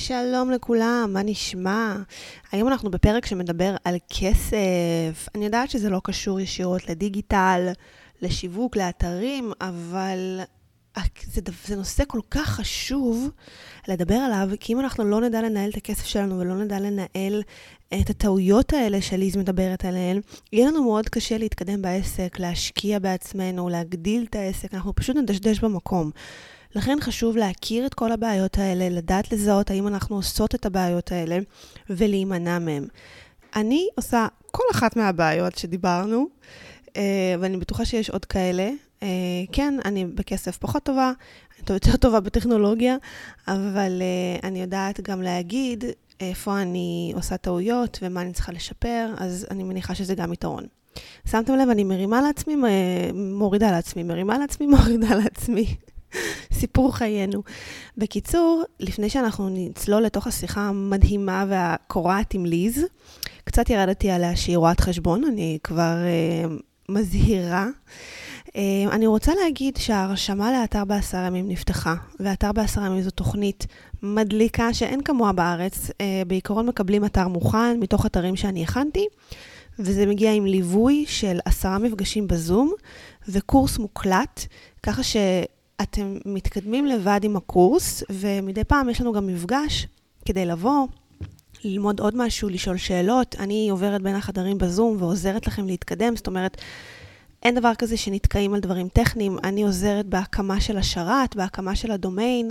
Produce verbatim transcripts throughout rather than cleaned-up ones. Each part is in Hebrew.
שלום לכולם, מה נשמע? היום אנחנו בפרק שמדבר על כסף. אני יודעת שזה לא קשור ישירות לדיגיטל, לשיווק, לאתרים, אבל זה, זה נושא כל כך חשוב לדבר עליו, כי אם אנחנו לא נדע לנהל את הכסף שלנו ולא נדע לנהל את הטעויות האלה שליז מדברת עליהן, יהיה לנו מאוד קשה להתקדם בעסק, להשקיע בעצמנו, להגדיל את העסק, אנחנו פשוט נדשדש במקום. לכן חשוב להכיר את כל הבעיות האלה, לדעת לזהות האם אנחנו עושות את הבעיות האלה ולהימנע מהן. אני עושה כל אחת מהבעיות שדיברנו, ואני בטוחה שיש עוד כאלה. כן, אני בכסף פחות טובה, אני יותר טובה בטכנולוגיה, אבל אני יודעת גם להגיד איפה אני עושה טעויות ומה אני צריכה לשפר, אז אני מניחה שזה גם יתרון. שמתם לב, אני מרימה לעצמי, מורידה לעצמי, מרימה לעצמי, מורידה לעצמי. סיפור חיינו. בקיצור, לפני שאנחנו נצלול לתוך השיחה המדהימה והקורעת עם ליז, קצת ירדתי עליה שהיא רואת חשבון, אני כבר uh, מזהירה. Uh, אני רוצה להגיד שההרשמה לאתר בעשרה ימים נפתחה, ואתר בעשרה ימים זו תוכנית מדליקה שאין כמוה בארץ. Uh, בעיקרון מקבלים אתר מוכן מתוך אתרים שאני הכנתי, וזה מגיע עם ליווי של עשרה מפגשים בזום, וקורס מוקלט, ככה ש... אתם מתקדמים לבד עם הקורס, ומדי פעם יש לנו גם מפגש כדי לבוא, ללמוד עוד משהו, לשאול שאלות. אני עוברת בין החדרים בזום ועוזרת לכם להתקדם, זאת אומרת, אין דבר כזה שנתקעים על דברים טכניים, אני עוזרת בהקמה של השרת, בהקמה של הדומיין,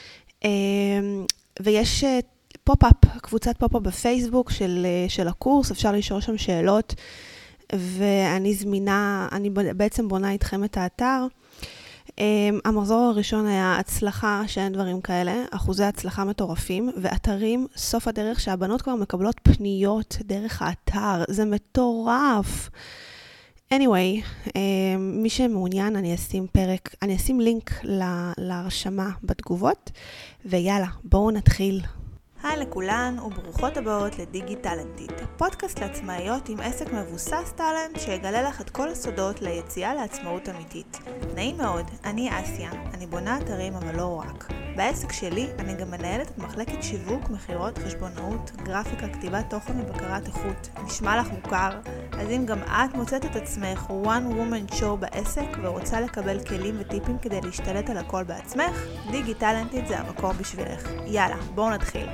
ויש פופ-אפ, קבוצת פופ-אפ בפייסבוק של, של הקורס, אפשר לשאול שם שאלות, ואני זמינה, אני בעצם בונה איתכם את האתר. המחזור הראשון היה הצלחה שאין דברים כאלה, אחוזי הצלחה מטורפים, ואתרים סוף הדרך שהבנות כבר מקבלות פניות דרך האתר, זה מטורף. anyway, מי שמעוניין אני אשים פרק, אני אשים לינק להרשמה בתגובות, ויאללה, בואו נתחיל. היי לכולן וברוכות הבאות לדיגיטלנטית, פודקאסט לעצמאיות עם עסק מבוסס טלנט שיגלה לך את כל הסודות ליציאה לעצמאות אמיתית. נעים מאוד, אני אסיה, אני בונה אתרים אבל לא רק. בעסק שלי אני גם מנהלת את מחלקת שיווק, מחירות, חשבונאות, גרפיקה, כתיבת תוכן ובקרת איכות. נשמע לך מוכר? אז אם גם את מוצאת את עצמך one woman show בעסק ורוצה לקבל כלים וטיפים כדי להשתלט על הכל בעצמך, דיגיטלנטית זה המקום בשבילך. יאללה, בואו נתחיל.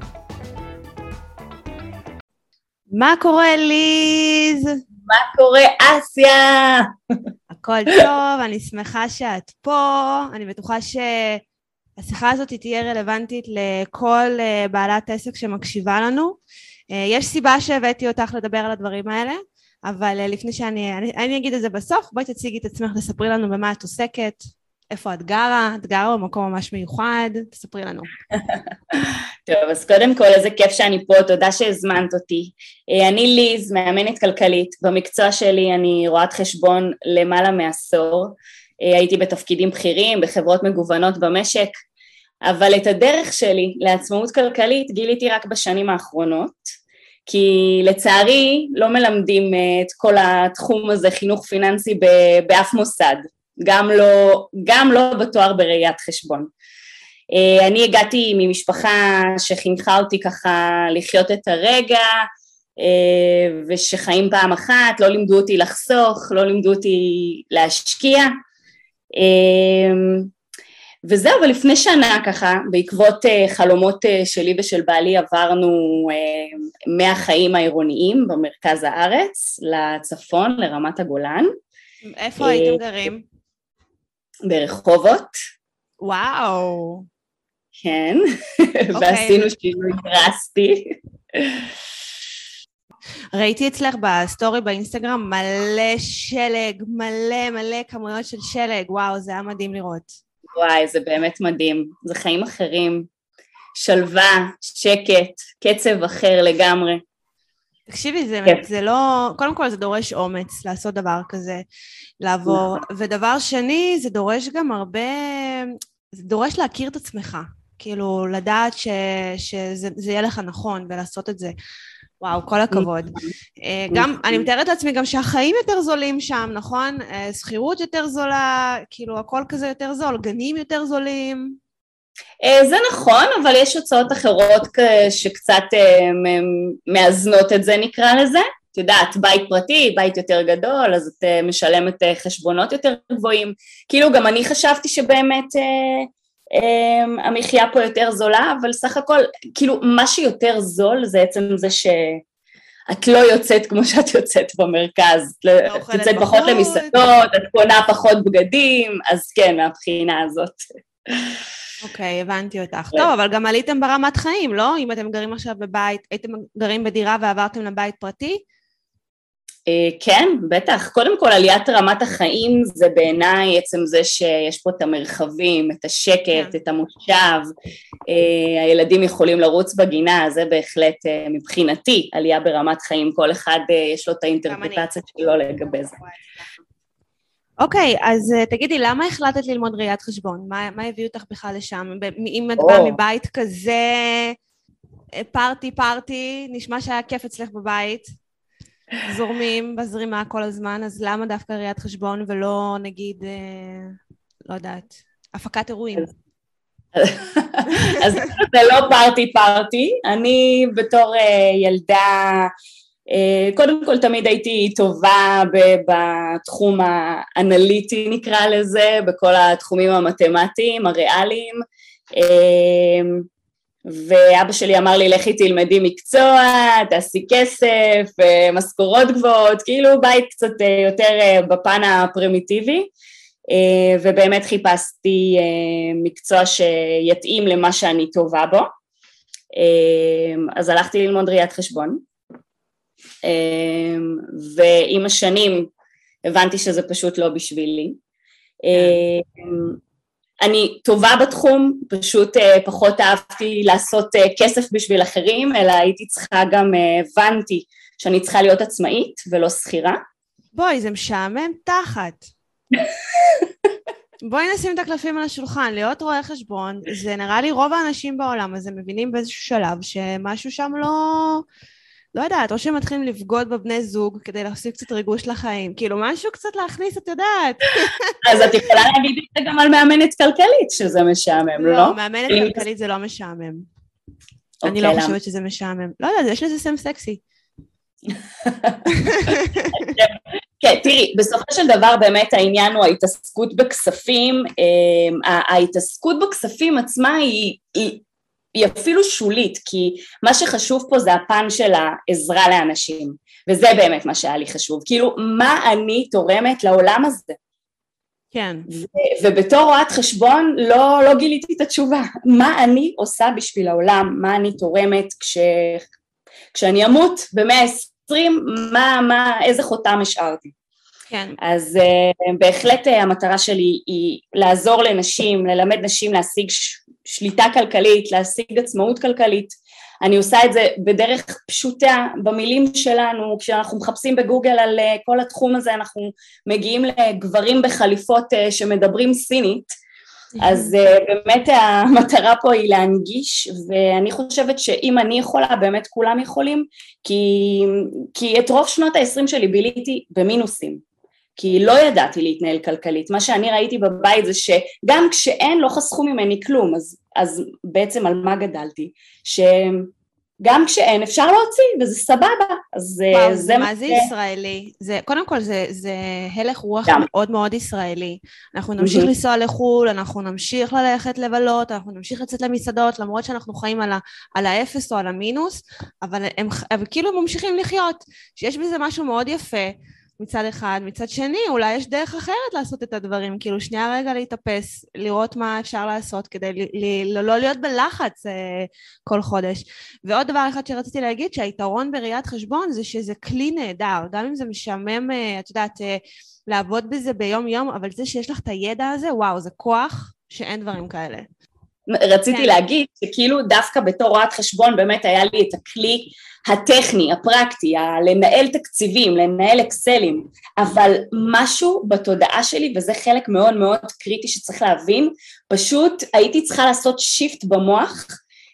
מה קורה ליז? מה קורה אסיה? הכל טוב, אני שמחה שאת פה, אני בטוחה שהשיחה הזאת תהיה רלוונטית לכל בעלת עסק שמקשיבה לנו. יש סיבה שהבאתי אותך לדבר על הדברים האלה, אבל לפני שאני אני, אני אגיד את זה בסוף, בואי תציגי את עצמך, תספרי לנו במה את עוסקת, איפה את גרה, את גרה במקום ממש מיוחד, תספרי לנו. טוב, אז קודם כל, איזה כיף שאני פה, תודה שהזמנת אותי. אני ליז, מאמנת כלכלית, במקצוע שלי אני רואת חשבון למעלה מעשור, הייתי בתפקידים בכירים, בחברות מגוונות במשק, אבל את הדרך שלי לעצמאות כלכלית גיליתי רק בשנים האחרונות, כי לצערי לא מלמדים את כל התחום הזה, חינוך פיננסי באף מוסד, גם לא, גם לא בתואר בראיית חשבון. אני הגעתי ממשפחה שחינכה אותי ככה לחיות את הרגע, ושחיים פעם אחת, לא לימדו אותי לחסוך, לא לימדו אותי להשקיע, וזהו, ולפני שנה ככה, בעקבות חלומות שלי ושל בעלי, עברנו מהחיים העירוניים במרכז הארץ, לצפון, לרמת הגולן. איפה הייתם גרים? ברחובות. וואו. כן, ועשינו שינוי דרסטי. ראיתי אצלך בסטורי באינסטגרם מלא שלג, מלא מלא כמויות של שלג, וואו, זה היה מדהים לראות. וואי, זה באמת מדהים, זה חיים אחרים, שלווה, שקט, קצב אחר לגמרי. תקשיבי, זה, זה לא, קודם כל זה דורש אומץ לעשות דבר כזה, לעבור, ודבר שני, זה דורש גם הרבה, זה דורש להכיר את עצמך, כאילו לדעת ש, שזה זה יהיה לך נכון ולעשות את זה. וואו, כל הכבוד. גם, אני מתארת לעצמי גם שהחיים יותר זולים שם, נכון? שכירות יותר זולה, כאילו הכל כזה יותר זול, גנים יותר זולים. זה נכון, אבל יש הוצאות אחרות שקצת מאזנות את זה נקרא לזה. את יודעת, בית פרטי, בית יותר גדול, אז את משלמת חשבונות יותר גבוהים. כאילו גם אני חשבתי שבאמת המחיה פה יותר זולה, אבל סך הכל, כאילו מה שיותר זול זה עצם זה שאת לא יוצאת כמו שאת יוצאת במרכז. את יוצאת פחות למסעדות, את קונה פחות בגדים, אז כן, מהבחינה הזאת. אוקיי, הבנתי אותך. טוב, אבל גם עליתם ברמת חיים, לא? אם אתם גרים עכשיו בבית, הייתם גרים בדירה ועברתם לבית פרטי? כן, בטח. קודם כל, עליית רמת החיים זה בעיניי עצם זה שיש פה את המרחבים, את השקט, את המושב, הילדים יכולים לרוץ בגינה, זה בהחלט מבחינתי עלייה ברמת חיים, כל אחד יש לו את האינטרפרטציה שלו לגבי זה. אוקיי, אז תגידי, למה החלטת ללמוד ראיית חשבון? מה, מה הביא אותך בכלל לשם? אם את באה מבית כזה, פארטי פארטי, נשמע שהיה כיף אצלך בבית, זורמים בזרימה כל הזמן, אז למה דווקא ראיית חשבון ולא נגיד, לא יודעת, הפקת אירועים? אז זה לא פארטי פארטי, אני בתור ילדה, קודם כל תמיד הייתי טובה בתחום האנליטי נקרא לזה, בכל התחומים המתמטיים, הריאליים, ואבא שלי אמר לי לכי תלמדי מקצוע, תעשי כסף, משכורות גבוהות, כאילו בית קצת יותר בפן הפרימיטיבי, ובאמת חיפשתי מקצוע שיתאים למה שאני טובה בו, אז הלכתי ללמוד ראיית חשבון, ועם השנים הבנתי שזה פשוט לא בשבילי. אני טובה בתחום, פשוט פחות אהבתי לעשות כסף בשביל אחרים, אלא הייתי צריכה גם, הבנתי שאני צריכה להיות עצמאית ולא שכירה. בואי, זה משעמם תחת. בואי נשים את הקלפים על השולחן, להיות רואה חשבון, זה נראה לי רוב האנשים בעולם הזה מבינים באיזשהו שלב שמשהו שם לא... לא יודעת, או שהם מתחילים לבגוד בבני זוג כדי להוסיף קצת ריגוש לחיים, כאילו משהו קצת להכניס, את יודעת. אז את יכולה להגיד את זה גם על מאמנת כלכלית, שזה משעמם, לא? לא, מאמנת כלכלית זה לא משעמם. אני לא חושבת שזה משעמם. לא יודעת, יש לזה שם סקסי. כן, תראי, בסופו של דבר באמת העניין הוא ההתעסקות בכספים, ההתעסקות בכספים עצמה היא... היא אפילו שולית, כי מה שחשוב פה זה הפן של העזרה לאנשים, וזה באמת מה שהיה לי חשוב, כאילו מה אני תורמת לעולם הזה. כן. ו- ובתור רואת חשבון לא, לא גיליתי את התשובה, מה אני עושה בשביל העולם, מה אני תורמת כש, כשאני אמות ב-מאה ועשרים, מה, מה, איזה חותם השארתי. כן. אז uh, בהחלט uh, המטרה שלי היא לעזור לנשים, ללמד נשים להשיג ש- שליטה כלכלית, להשיג עצמאות כלכלית. אני עושה את זה בדרך פשוטה, במילים שלנו, כשאנחנו מחפשים בגוגל על uh, כל התחום הזה, אנחנו מגיעים לגברים בחליפות uh, שמדברים סינית, אז uh, באמת המטרה פה היא להנגיש, ואני חושבת שאם אני יכולה, באמת כולם יכולים, כי, כי את רוב שנות ה-עשרים שלי ביליתי במינוסים. כי לא ידעתי להתנהל כלכלית, מה שאני ראיתי בבית זה שגם כשאין לא חסכו ממני כלום, אז, אז בעצם על מה גדלתי, שגם כשאין אפשר להוציא, וזה סבבה, אז וואו, זה מה זה ישראלי, זה, קודם כל זה, זה הלך רוח גם. מאוד מאוד ישראלי, אנחנו נמשיך mm-hmm. לנסוע לחול, אנחנו נמשיך ללכת לבלות, אנחנו נמשיך לצאת למסעדות, למרות שאנחנו חיים על, ה, על האפס או על המינוס, אבל הם, הם כאילו ממשיכים לחיות, שיש בזה משהו מאוד יפה, מצד אחד, מצד שני, אולי יש דרך אחרת לעשות את הדברים, כאילו שנייה רגע להתאפס, לראות מה אפשר לעשות כדי ל- ל- לא להיות בלחץ אה, כל חודש. ועוד דבר אחד שרציתי להגיד, שהיתרון בראיית חשבון זה שזה כלי נהדר, גם אם זה משעמם, אה, את יודעת, אה, לעבוד בזה ביום יום, אבל זה שיש לך את הידע הזה, וואו, זה כוח שאין דברים כאלה. רציתי כן. להגיד שכאילו דווקא בתור רואת חשבון באמת היה לי את הכלי הטכני, הפרקטי, לנהל תקציבים, לנהל אקסלים, אבל משהו בתודעה שלי, וזה חלק מאוד מאוד קריטי שצריך להבין, פשוט הייתי צריכה לעשות שיפט במוח,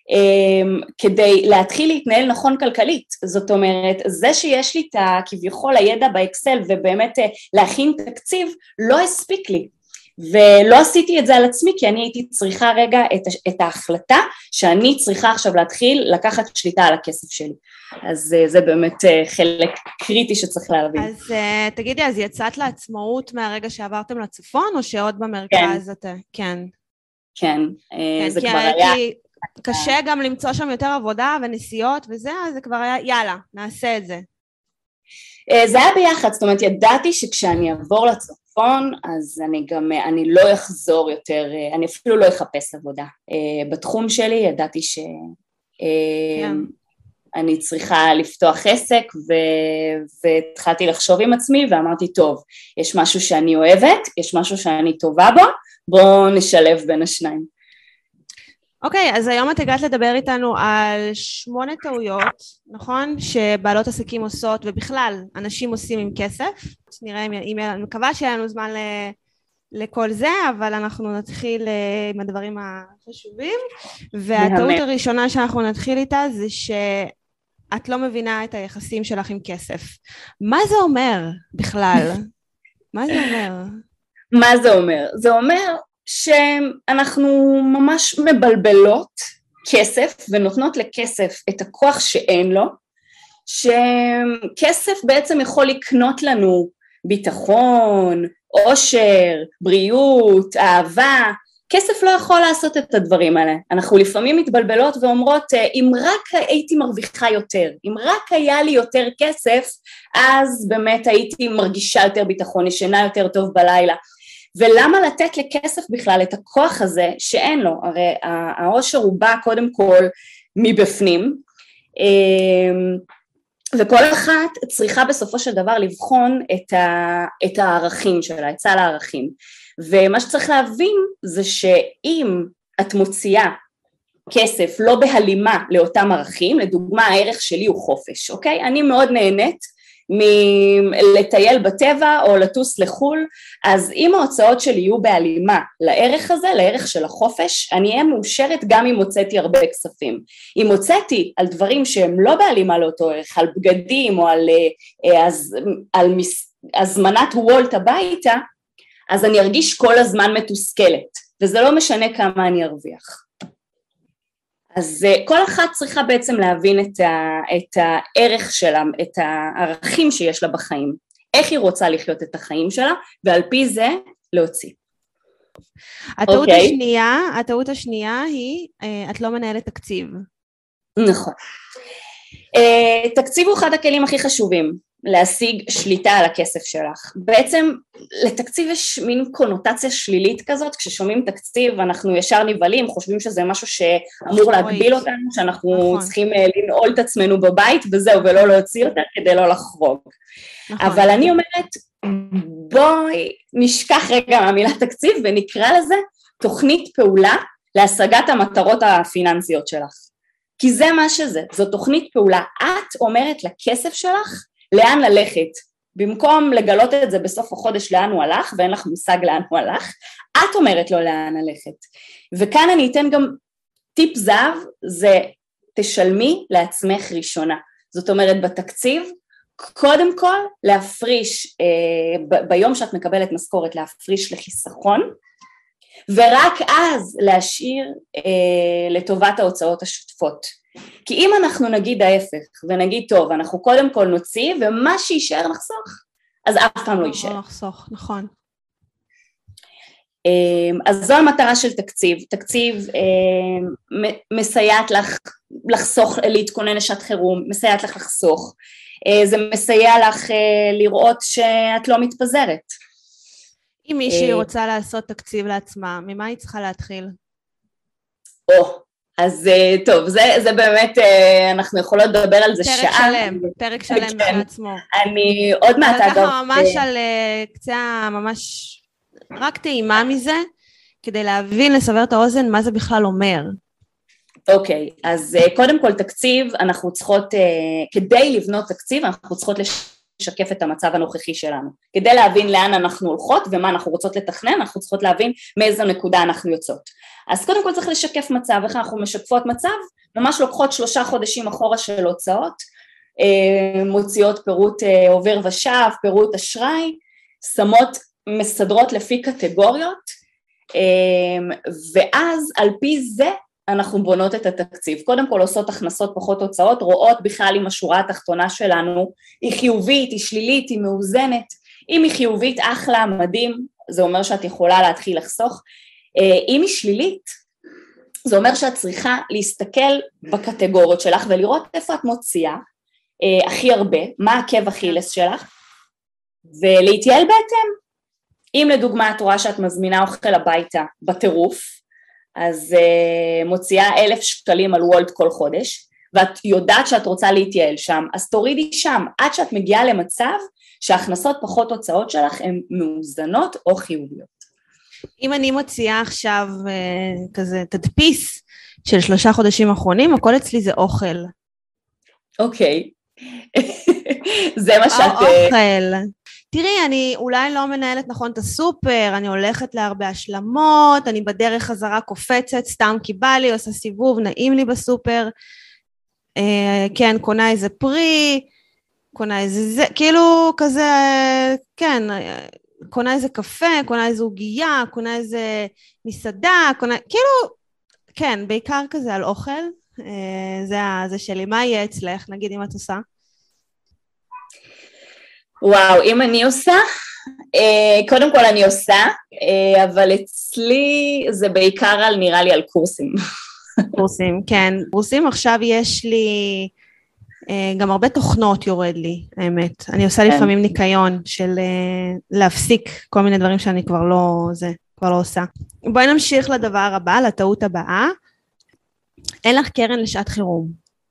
כדי להתחיל להתנהל נכון כלכלית, זאת אומרת, זה שיש לי את כביכול הידע באקסל, ובאמת להכין תקציב, לא הספיק לי, ולא עשיתי את זה על עצמי, כי אני הייתי צריכה רגע את, את ההחלטה, שאני צריכה עכשיו להתחיל לקחת שליטה על הכסף שלי. אז זה באמת חלק קריטי שצריך להבין. אז תגידי, אז יצאת לעצמאות מהרגע שעברתם לצפון, או שעוד במרכז כן. אתה? כן. כן, כן זה כי כבר היה... כי קשה גם למצוא שם יותר עבודה ונסיעות וזה, אז זה כבר היה, יאללה, נעשה את זה. זה היה ביחד, זאת אומרת, ידעתי שכשאני אעבור לצפון, אז אני גם, אני לא אחזור יותר, אני אפילו לא אחפש עבודה. בתחום שלי ידעתי ש... כן. אני צריכה לפתוח עסק, ו- והתחלתי לחשוב עם עצמי, ואמרתי, טוב, יש משהו שאני אוהבת, יש משהו שאני טובה בו, בואו נשלב בין השניים. אוקיי, אז היום את הגעת לדבר איתנו על שמונה טעויות, נכון? שבעלות עסקים עושות, ובכלל, אנשים עושים עם כסף. נראה אם, אם אני מקווה שיהיה לנו זמן ל, לכל זה, אבל אנחנו נתחיל עם הדברים החשובים. והטעות הראשונה שאנחנו נתחיל איתה זה שאת לא מבינה את היחסים שלך עם כסף. מה זה אומר בכלל? מה זה אומר? מה זה אומר? זה אומר שאנחנו ממש מבלבלות כסף ונותנות לכסף את הכוח שאין לו, שכסף בעצם יכול לקנות לנו ביטחון, עושר, בריאות, אהבה, כסף לא יכול לעשות את הדברים האלה. אנחנו לפעמים מתבלבלות ואומרות, אם רק הייתי מרוויחה יותר, אם רק היה לי יותר כסף, אז באמת הייתי מרגישה יותר ביטחון, ישנה יותר טוב בלילה. ולמה לתת לכסף בכלל את הכוח הזה שאין לו? הרי העושר הוא בא קודם כל מבפנים, וכל אחת צריכה בסופו של דבר לבחון את, ה, את הערכים שלה, את סל הערכים. ומה שצריך להבין זה שאם את מוציאה כסף לא בהלימה לאותם ערכים, לדוגמה הערך שלי הוא חופש, אוקיי? אני מאוד נהנית מלטייל בטבע או לטוס לחול, אז אם ההוצאות שלי יהיו בהלימה לערך הזה, לערך של החופש, אני אהיה מאושרת גם אם הוצאתי הרבה כספים. אם הוצאתי על דברים שהם לא בהלימה לאותו ערך, על בגדים או על, אז, על הזמנת וולט הביתה, אז אני ארגיש כל הזמן מתוסכלת, וזה לא משנה כמה אני ארוויח. אז כל אחת צריכה בעצם להבין את, ה, את הערך שלה, את הערכים שיש לה בחיים, איך היא רוצה לחיות את החיים שלה, ועל פי זה להוציא. הטעות okay. השנייה, הטעות השנייה היא, את לא מנהלת תקציב. נכון. תקציב הוא אחד הכלים הכי חשובים, להשיג שליטה על הכסף שלך. בעצם לתקציב יש מין קונוטציה שלילית כזאת, כששומעים תקציב אנחנו ישר נבלים, חושבים שזה משהו שאמור להגביל אותנו, שאנחנו נכון. צריכים לנעול את עצמנו בבית וזהו, ולא להוציא אותה כדי לא לחרוג. נכון. אבל אני אומרת, בואי נשכח רגע מהמילה תקציב ונקרא לזה תוכנית פעולה להשגת המטרות הפיננסיות שלך. כי זה מה שזה, זו תוכנית פעולה. את אומרת לכסף שלך, לאן ללכת, במקום לגלות את זה בסוף החודש לאן הוא הלך, ואין לך מושג לאן הוא הלך, את אומרת לו לאן ללכת. וכאן אני אתן גם טיפ זהב, זה תשלמי לעצמך ראשונה. זאת אומרת בתקציב, קודם כל להפריש, אה, ב- ביום שאת מקבלת משכורת להפריש לחיסכון, ורק אז להשאיר אה, לטובת ההוצאות השוטפות. כי אם אנחנו נגיד ההפך, ונגיד טוב, אנחנו קודם כל נוציא, ומה שישאר נחסוך, אז אף פעם לא יישאר. נחסוך, נכון. אז זו המטרה של תקציב. תקציב מסייעת לך לחסוך, להתכונן לשעת חירום, מסייעת לך לחסוך. זה מסייע לך לראות שאת לא מתפזרת. אם מישהי רוצה לעשות תקציב לעצמה, ממה היא צריכה להתחיל? או, אז טוב, זה, זה באמת, אנחנו יכולות לדבר על זה פרק שעה. שלם, פרק שלם בעצמו. אני עוד מעט אגב. אבל ככה ממש על קצה, ממש רק טעימה מזה, כדי להבין, לסבר את האוזן, מה זה בכלל אומר. אוקיי, אז קודם כל תקציב, אנחנו צריכות, כדי לבנות תקציב, אנחנו צריכות לשקף את המצב הנוכחי שלנו. כדי להבין לאן אנחנו הולכות ומה אנחנו רוצות לתכנן, אנחנו צריכות להבין מאיזו נקודה אנחנו יוצאות. אז קודם כל צריך לשקף מצב, איך אנחנו משקפות מצב, ממש לוקחות שלושה חודשים אחורה של הוצאות, מוציאות פירוט עובר ושב, פירוט אשראי, שמות מסדרות לפי קטגוריות, ואז על פי זה אנחנו בונות את התקציב. קודם כל עושות הכנסות פחות הוצאות, רואות בכלל אם השורה התחתונה שלנו היא חיובית, היא שלילית, היא מאוזנת. אם היא חיובית, אחלה, מדהים, זה אומר שאת יכולה להתחיל לחסוך. אם היא שלילית, זה אומר שאת צריכה להסתכל בקטגוריות שלך ולראות איפה את מוציאה הכי הרבה, מה עקב אכילס שלך, ולהתייעל בהתאם. אם לדוגמה את רואה שאת מזמינה אוכל הביתה בטירוף, אז uh, מוציאה אלף שקלים על וולט כל חודש, ואת יודעת שאת רוצה להתייעל שם, אז תורידי שם, עד שאת מגיעה למצב שההכנסות פחות הוצאות שלך הן מאוזנות או חיוביות. אם אני מוציאה עכשיו uh, כזה תדפיס של שלושה חודשים אחרונים, הכל אצלי זה אוכל. אוקיי. זה מה שאת... אוכל. תראי, אני אולי לא מנהלת נכון את הסופר, אני הולכת להרבה השלמות, אני בדרך חזרה קופצת, סתם כי בא לי, עושה סיבוב, נעים לי בסופר, אה, כן, קונה איזה פרי, קונה איזה זה, כאילו כזה, כן, קונה איזה קפה, קונה איזה עוגיה, קונה איזה מסעדה, קונה, כאילו, כן, בעיקר כזה על אוכל, אה, זה, זה שלי. מה יהיה אצלך, נגיד אם את עושה? וואו, אם אני עושה, קודם כל אני עושה, אבל אצלי זה בעיקר על, נראה לי על קורסים. קורסים, כן. קורסים עכשיו יש לי, גם הרבה תוכנות יורד לי, האמת. אני עושה לפעמים ניקיון של להפסיק כל מיני דברים שאני כבר לא, זה, כבר לא עושה. בואי נמשיך לדבר הבא, לטעות הבאה. אין לך קרן לשעת חירום.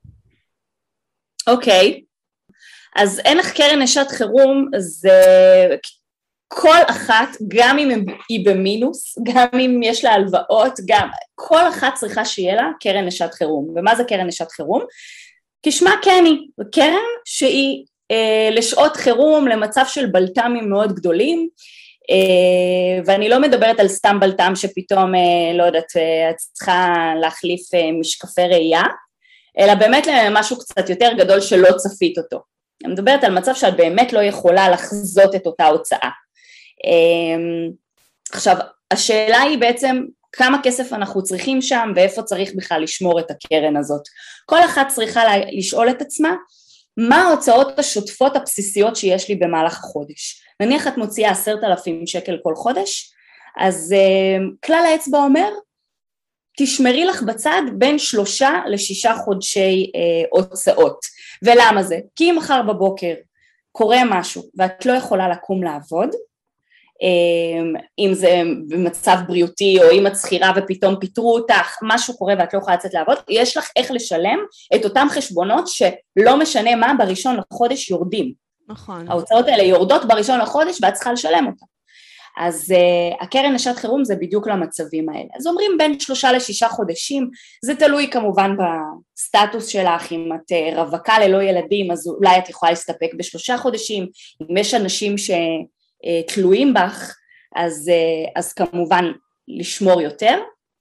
אוקיי. אז אין לך קרן לשעת חירום, זה כל אחת, גם אם היא במינוס, גם אם יש לה הלוואות, גם כל אחת צריכה שיהיה לה קרן לשעת חירום. ומה זה קרן לשעת חירום? כשמה כן היא, קרן שהיא אה, לשעות חירום, למצב של בלת"מים מאוד גדולים, אה, ואני לא מדברת על סתם בלת"ם שפתאום, אה, לא יודעת, אה, את צריכה להחליף אה, משקפי ראייה, אלא באמת למשהו קצת יותר גדול שלא צפית אותו. אני מדברת על מצב שאת באמת לא יכולה לחזות את אותה הוצאה. עכשיו, השאלה היא בעצם כמה כסף אנחנו צריכים שם ואיפה צריך בכלל לשמור את הקרן הזאת. כל אחת צריכה לשאול את עצמה, מה ההוצאות השוטפות הבסיסיות שיש לי במהלך החודש? נניח את מוציאה עשרת אלפים שקל כל חודש, אז כלל האצבע אומר, תשמרי לך בצד בין שלושה לשישה חודשי אה, הוצאות. ולמה זה? כי אם מחר בבוקר קורה משהו ואת לא יכולה לקום לעבוד, אה, אם זה במצב בריאותי או אם את שכירה ופתאום פיטרו אותך, משהו קורה ואת לא יכולה לצאת לעבוד, יש לך איך לשלם את אותם חשבונות שלא משנה מה בראשון לחודש יורדים. נכון. ההוצאות האלה יורדות בראשון לחודש ואת צריכה לשלם אותם. אז uh, הקרן לשעת חירום זה בדיוק למצבים האלה. אז אומרים בין שלושה לשישה חודשים, זה תלוי כמובן בסטטוס שלך, אם את uh, רווקה ללא ילדים, אז אולי את יכולה להסתפק בשלושה חודשים, אם יש אנשים שתלויים בך, אז, uh, אז כמובן לשמור יותר,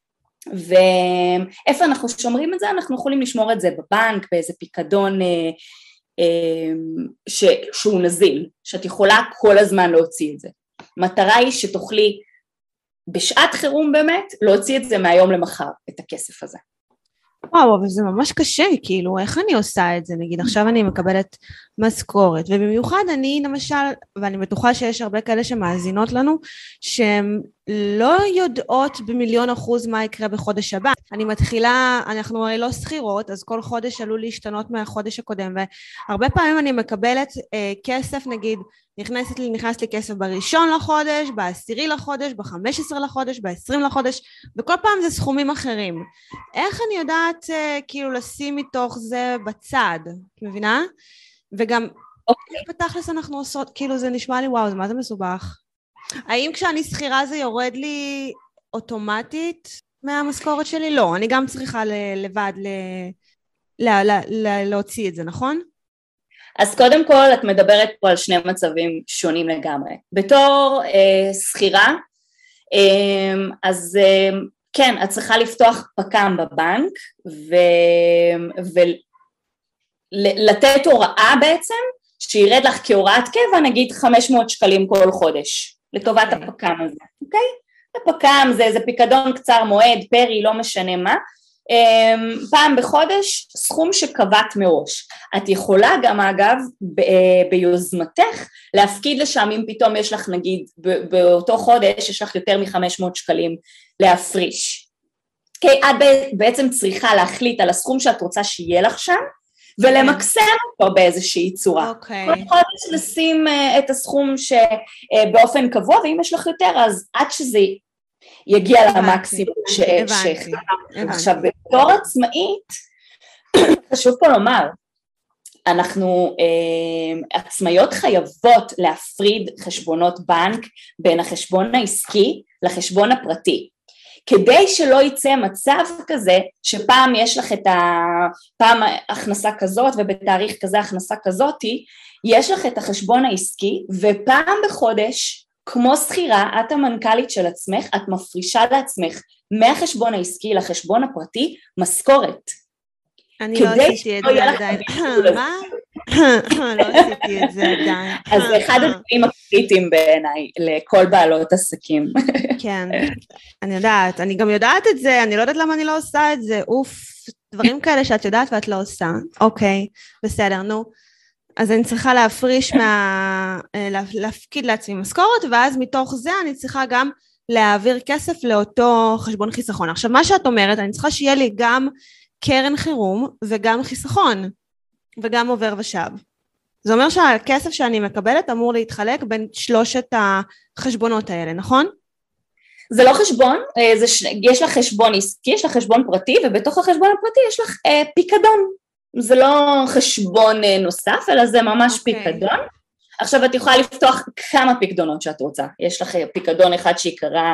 ואיפה אנחנו שומרים את זה? אנחנו יכולים לשמור את זה בבנק, באיזה פיקדון uh, uh, ש, שהוא נזיל, שאת יכולה כל הזמן להוציא את זה. מטרה היא שתוכלי בשעת חירום באמת להוציא את זה מהיום למחר, את הכסף הזה. וואו, אבל זה ממש קשה, כאילו, איך אני עושה את זה? נגיד, עכשיו אני מקבלת משכורת, ובמיוחד אני, למשל, ואני בטוחה שיש הרבה כאלה שמאזינות לנו, שהן לא יודעות במיליון אחוז מה יקרה בחודש הבא. אני מתחילה, אנחנו הרי לא שכירות, אז כל חודש עלול להשתנות מהחודש הקודם, והרבה פעמים אני מקבלת אה, כסף, נגיד, נכנסת לי, נכנס לי כסף בראשון לחודש, בעשירי לחודש, בחמש עשרה לחודש, בעשרים לחודש, וכל פעם זה סכומים אחרים. איך אני יודעת uh, כאילו לשים מתוך זה בצד, מבינה? וגם, איך בתכלס אנחנו עושות, כאילו זה נשמע לי, וואו, מה זה מסובך? האם כשאני שכירה זה יורד לי אוטומטית מהמשכורת שלי? לא, אני גם צריכה לבד ל- ל- ל- ל- להוציא את זה, נכון? אז קודם כל את מדברת פה על שני מצבים שונים לגמרי. בתור אה, שכירה, אה, אז אה, כן, את צריכה לפתוח פקם בבנק, ולתת הוראה בעצם, שירד לך כהוראת קבע, נגיד חמש מאות שקלים כל חודש. לטובת אוקיי. הפקם הזה, אוקיי? הפקם זה, זה פיקדון קצר מועד, פרי, לא משנה מה, פעם בחודש, סכום שקבעת מראש. את יכולה גם אגב ב- ביוזמתך להפקיד לשם, אם פתאום יש לך נגיד באותו חודש יש לך יותר מ-חמש מאות שקלים להפריש. כי את בעצם צריכה להחליט על הסכום שאת רוצה שיהיה לך שם, ולמקסם אותו באיזושהי צורה. Okay. כל חודש לשים את הסכום שבאופן קבוע, ואם יש לך יותר אז עד שזה יגיע למקסימום שהחלטה. עכשיו, בתור עצמאית, חשוב פה לומר, אנחנו אה, עצמאיות חייבות להפריד חשבונות בנק בין החשבון העסקי לחשבון הפרטי, כדי שלא יצא מצב כזה שפעם יש לך את הפעם הכנסה כזאת ובתאריך כזה הכנסה כזאתי, יש לך את החשבון העסקי ופעם בחודש כמו שכירה, את המנכ"לית של עצמך, את מפרישה לעצמך מהחשבון העסקי לחשבון הפרטי משכורת. אני לא עשיתי את זה עדיין. מה? לא עשיתי את זה עדיין. אז זה אחד הדברים הקריטיים בעיניי לכל בעלות עסקים. כן, אני יודעת, אני גם יודעת את זה, אני לא יודעת למה אני לא עושה את זה, אוף, דברים כאלה שאת יודעת ואת לא עושה. אוקיי, בסדר, נו. אז אני צריכה להפריש, מה... להפקיד לעצמי משכורת, ואז מתוך זה אני צריכה גם להעביר כסף לאותו חשבון חיסכון. עכשיו, מה שאת אומרת, אני צריכה שיהיה לי גם קרן חירום, וגם חיסכון, וגם עובר ושב. זה אומר שהכסף שאני מקבלת אמור להתחלק בין שלושת החשבונות האלה, נכון? זה לא חשבון, זה ש... יש לך חשבון עסקי, יש לך חשבון פרטי, ובתוך החשבון הפרטי יש לך אה, פיקדון. זה לא חשבון נוסף, אלא זה ממש okay. פיקדון. עכשיו את יכולה לפתוח כמה פיקדונות שאת רוצה. יש לך פיקדון אחד שיקרא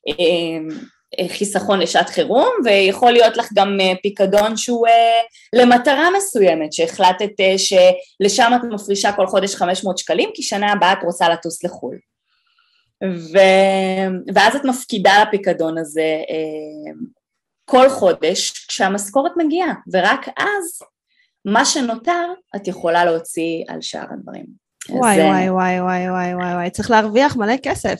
אה, חיסכון לשעת חירום, ויכול להיות לך גם פיקדון שהוא אה, למטרה מסוימת, שהחלטת אה, שלשם את מפרישה כל חודש חמש מאות שקלים, כי שנה הבאה את רוצה לטוס לחול. ו... ואז את מפקידה לפיקדון הזה אה, כל חודש כשהמשכורת מגיעה, ורק אז מה שנותר את יכולה להוציא על שאר הדברים. וואי אז... וואי וואי וואי וואי וואי וואי, צריך להרוויח מלא כסף.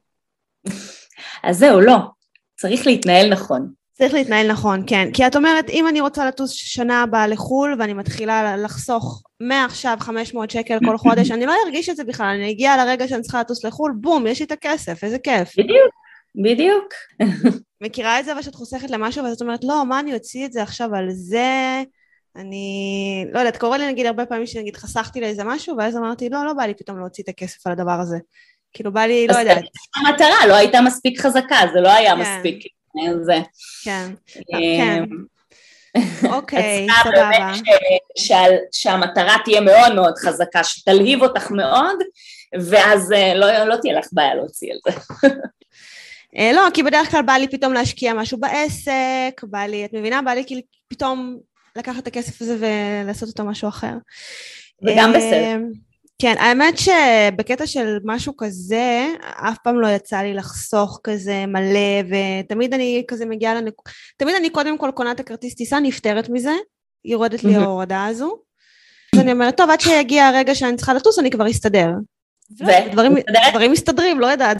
אז זהו, לא, צריך להתנהל נכון. צריך להתנהל נכון, כן, כי את אומרת, אם אני רוצה לטוס שנה הבאה לחול, ואני מתחילה לחסוך מעכשיו חמש מאות שקל כל חודש, אני לא ארגיש את זה בכלל, אני אגיע לרגע שאני צריכה לטוס לחול, בום, יש לי את הכסף, איזה כיף. בדיוק, בדיוק. מכירה את זה ושאת חוסכת למשהו, ואת אומרת, לא, מה אני אוציא את זה עכשיו על זה, אני, לא יודעת, קורא לי נגיד הרבה פעמים שנגיד חסכתי לאיזה משהו, ואז אמרתי, לא, לא בא לי פתאום להוציא את הכסף על הדבר הזה, כאילו בא לי, לא יודעת. המטרה לא הייתה מספיק חזקה, זה לא היה מספיק. זה. כן, כן. אוקיי, סבבה. שהמטרה תהיה מאוד מאוד חזקה, שתלהיב אותך מאוד, ואז לא תהיה לך בעיה להוציא על זה. לא, כי בדרך כלל בא לי פתאום להשקיע משהו בעסק, בא לי, את מבינה? בא לי כאילו פתאום לקחת את הכסף הזה ולעשות אותו משהו אחר. וגם בסדר. כן, האמת שבקטע של משהו כזה, אף פעם לא יצא לי לחסוך כזה מלא, ותמיד אני כזה מגיעה לנק... תמיד אני קודם כל קונה את הכרטיס טיסה, נפטרת מזה, יורדת לי ההורדה הזו, אז אני אומרת, טוב, עד שיגיע הרגע שאני צריכה לטוס, אני כבר אסתדר. דברים, דברים מסתדרים, לא יודעת.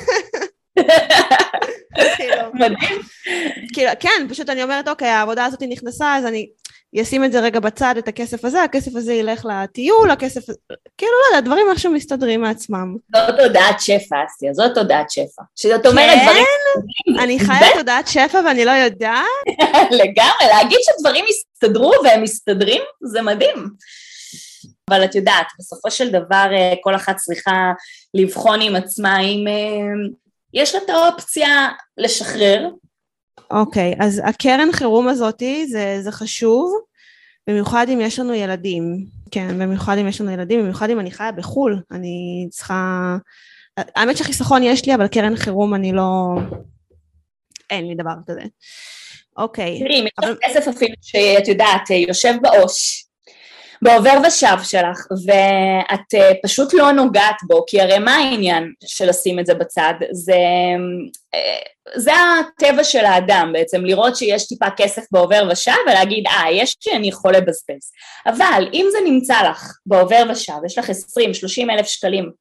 מדהים. כן, פשוט אני אומרת, אוקיי, העבודה הזאת נכנסה, אז אני אשים את זה רגע בצד, את הכסף הזה, הכסף הזה ילך לטיול, הכסף, כאילו לא יודע, דברים איכשהו מסתדרים מעצמם. זאת תודעת שפע, אסיה, זאת תודעת שפע. שזאת אומרת דברים... כן, אני חיה תודעת שפע ואני לא יודעת. לגמרי, להגיד שדברים יסתדרו והם מסתדרים, זה מדהים. אבל את יודעת, בסופו של דבר, כל אחת צריכה לבחון עם עצמה, אם יש לה את האופציה לשחרר. אוקיי, אז הקרן חירום הזאת, זה, זה חשוב, במיוחד אם יש לנו ילדים, כן, במיוחד אם יש לנו ילדים, במיוחד אם אני חיה בחול, אני צריכה, האמת שחיסכון יש לי, אבל קרן חירום אני לא, אין לי דבר כזה. אוקיי. תראי, אם יש לך כסף אפילו שאת יודעת, יושב בעוש, בעובר ושב שלך, ואת פשוט לא נוגעת בו, כי הרי מה העניין של לשים את זה בצד? זה, זה הטבע של האדם בעצם, לראות שיש טיפה כסף בעובר ושב, ולהגיד, אה, יש שאני יכול לבזבז. אבל אם זה נמצא לך בעובר ושב, יש לך עשרים שלושים אלף שקלים,